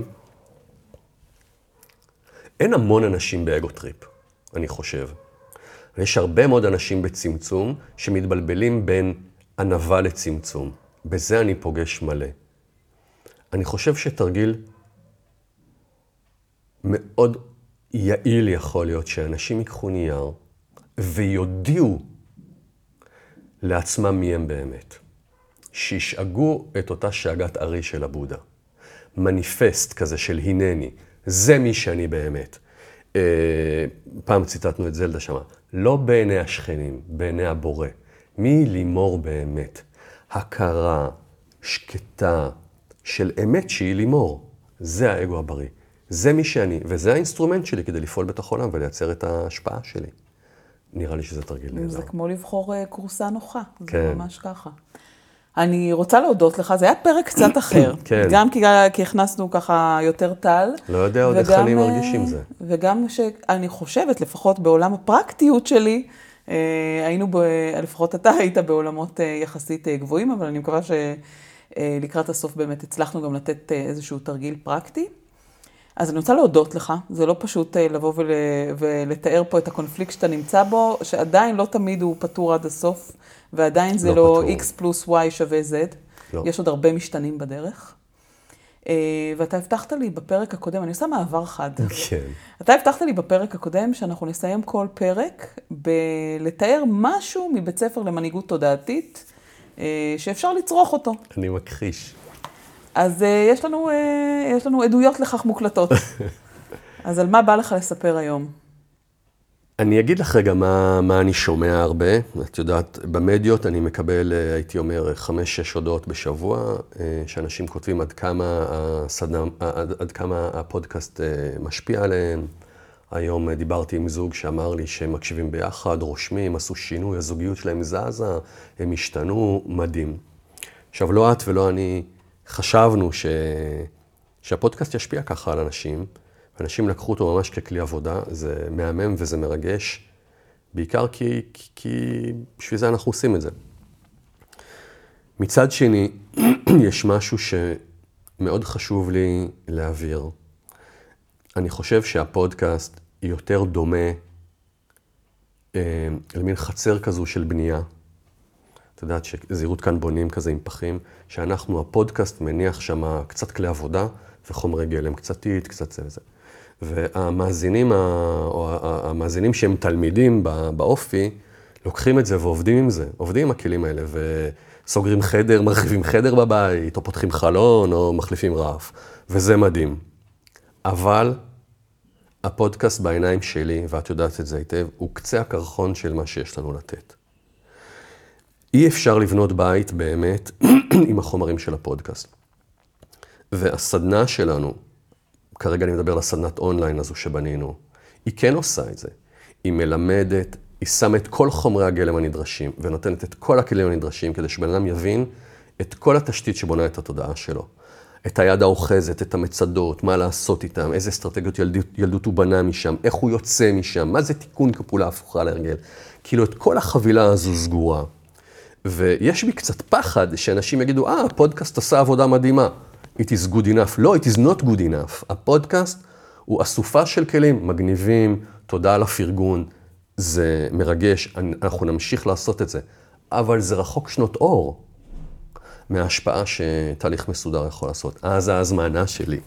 [SPEAKER 2] אין המון אנשים באגו טריפ, אני חושב. יש הרבה מאוד אנשים בצמצום שמתבלבלים בין ענווה לצמצום. בזה אני פוגש מלא. אני חושב שתרגיל מאוד יעיל יכול להיות שאנשים ייקחו נייר ויודיעו לעצמם מי הם באמת. שישאגו את אותה שאגת ארי של הבודה. מניפסט כזה של הנני, זה מי שאני באמת. פעם ציטטנו את זלדה שמה, לא בעיני השכנים, בעיני הבורא. מי לימור באמת? הכרה, שקטה, של אמת שהיא לימור. זה האגו הבריא. זה מי שאני, וזה האינסטרומנט שלי כדי לפעול בתוך העולם ולייצר את ההשפעה שלי. נראה לי שזה תרגיל נהדר.
[SPEAKER 3] זה כמו לבחור כורסה נוחה,
[SPEAKER 2] כן.
[SPEAKER 3] זה ממש ככה. אני רוצה להודות לך, זה היה פרק קצת אחר.
[SPEAKER 2] כן.
[SPEAKER 3] גם כי הכנסנו ככה יותר טל.
[SPEAKER 2] לא יודע עוד איך אני מרגיש עם זה.
[SPEAKER 3] וגם שאני חושבת, לפחות בעולם הפרקטיות שלי, היינו, לפחות אתה היית בעולמות יחסית גבוהים, אבל אני מקווה שלקראת הסוף באמת הצלחנו גם לתת איזשהו תרגיל פרקטי. אז אני רוצה להודות לך, זה לא פשוט לבוא ולתאר פה את הקונפליקט שאתה נמצא בו, שעדיין לא תמיד הוא פתור עד הסוף, ועדיין זה לא X פלוס Y שווה Z,
[SPEAKER 2] לא.
[SPEAKER 3] יש עוד הרבה משתנים בדרך. ואתה הבטחת לי בפרק הקודם, אני עושה מעבר חד.
[SPEAKER 2] כן.
[SPEAKER 3] אתה הבטחת לי בפרק הקודם שאנחנו נסיים כל פרק בלתאר משהו מבית ספר למנהיגות תודעתית, שאפשר לצרוך אותו.
[SPEAKER 2] אני מכחיש.
[SPEAKER 3] אז יש לנו עדויות לכך מוקלטות. אז על מה בא לך לספר היום?
[SPEAKER 2] אני אגיד לך רגע מה אני שומע הרבה. את יודעת, במדיות אני מקבל, הייתי אומר, 5-6 הודעות בשבוע, שאנשים כותבים עד כמה הפודקאסט משפיע עליהם. היום דיברתי עם זוג שאמר לי שהם מקשיבים ביחד, רושמים, עשו שינוי, הזוגיות שלהם זזה, הם השתנו, מדהים. עכשיו, לא את ולא אני חשבנו שהפודקאסט ישפיע ככה על אנשים, ואנשים לקחו אותו ממש ככלי עבודה, זה מהמם וזה מרגש, בעיקר כי בשביל זה אנחנו עושים את זה. מצד שני, יש משהו שמאוד חשוב לי להעביר. אני חושב שהפודקאסט יותר דומה למין חצר כזו של בנייה. את יודעת שזהירות כאן בונים כזה עם פחים, שאנחנו, הפודקאסט מניח שם קצת כלי עבודה וחומרי גלם, קצת איט, קצת זה וזה. והמאזינים, או המאזינים שהם תלמידים באופי, לוקחים את זה ועובדים עם זה, עובדים עם הכלים האלה, וסוגרים חדר, מרחיבים חדר בבית, או פותחים חלון, או מחליפים רף, וזה מדהים. אבל הפודקאסט בעיניים שלי, ואת יודעת את זה היטב, הוא קצה הקרחון של מה שיש לנו לתת. אי אפשר לבנות בית באמת עם החומרים של הפודקאסט. והסדנה שלנו, כרגע אני מדבר על הסדנת אונליין הזו שבנינו, היא כן עושה את זה. היא מלמדת היא שמה את כל חומרי הגלם הנדרשים, ונותנת את כל הכלים הנדרשים, כדי שבן אדם יבין את כל התשתית שבונה את התודעה שלו. את היד האוחזת, את המצדות, מה לעשות איתם, איזה אסטרטגיות ילדות הוא בנה משם, איך הוא יוצא משם, מה זה תיקון כפולה הפוכה להרגל. כאילו את כל החבילה הזו סגורה. ויש בי קצת פחד שאנשים יגידו, הפודקאסט עשה עבודה מדהימה. It is good enough. לא, it is not good enough. הפודקאסט הוא אסופה של כלים מגניבים, תודה על הפרגון, זה מרגש, אנחנו נמשיך לעשות את זה. אבל זה רחוק שנות אור מההשפעה שתהליך מסודר יכול לעשות. אז ההזמנה שלי,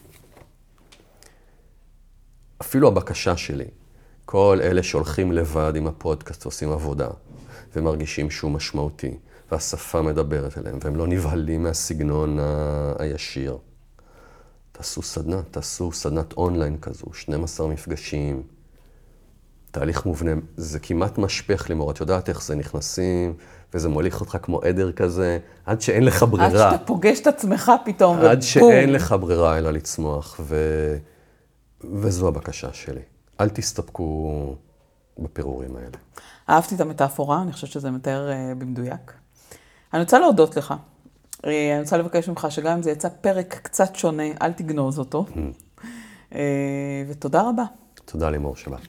[SPEAKER 2] אפילו הבקשה שלי, כל אלה שהולכים לבד עם הפודקאסט ועושים עבודה, ומרגישים שהוא משמעותי, והשפה מדברת אליהם, והם לא נבהלים מהסגנון הישיר. תעשו סדנת אונליין כזו, 12 מפגשים, תהליך מובנה, זה כמעט משפך לימור, את יודעת איך זה נכנסים, וזה מוליך אותך כמו עדר כזה, עד שאין לך ברירה.
[SPEAKER 3] עד שאתה פוגש את עצמך פתאום,
[SPEAKER 2] עד שאין לך ברירה אלא לצמוח, וזו הבקשה שלי. אל תסתפקו בפירורים האלה.
[SPEAKER 3] אהבתי את המטאפורה, אני חושבת שזה מתאר במדויק. אני רוצה להודות לך. אני רוצה לבקש ממך שגם אם זה יצא פרק קצת שונה, אל תגנוז אותו. ותודה רבה.
[SPEAKER 2] תודה לימור, שבת.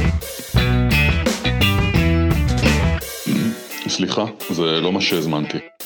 [SPEAKER 1] סליחה, זה לא מה שהזמנתי.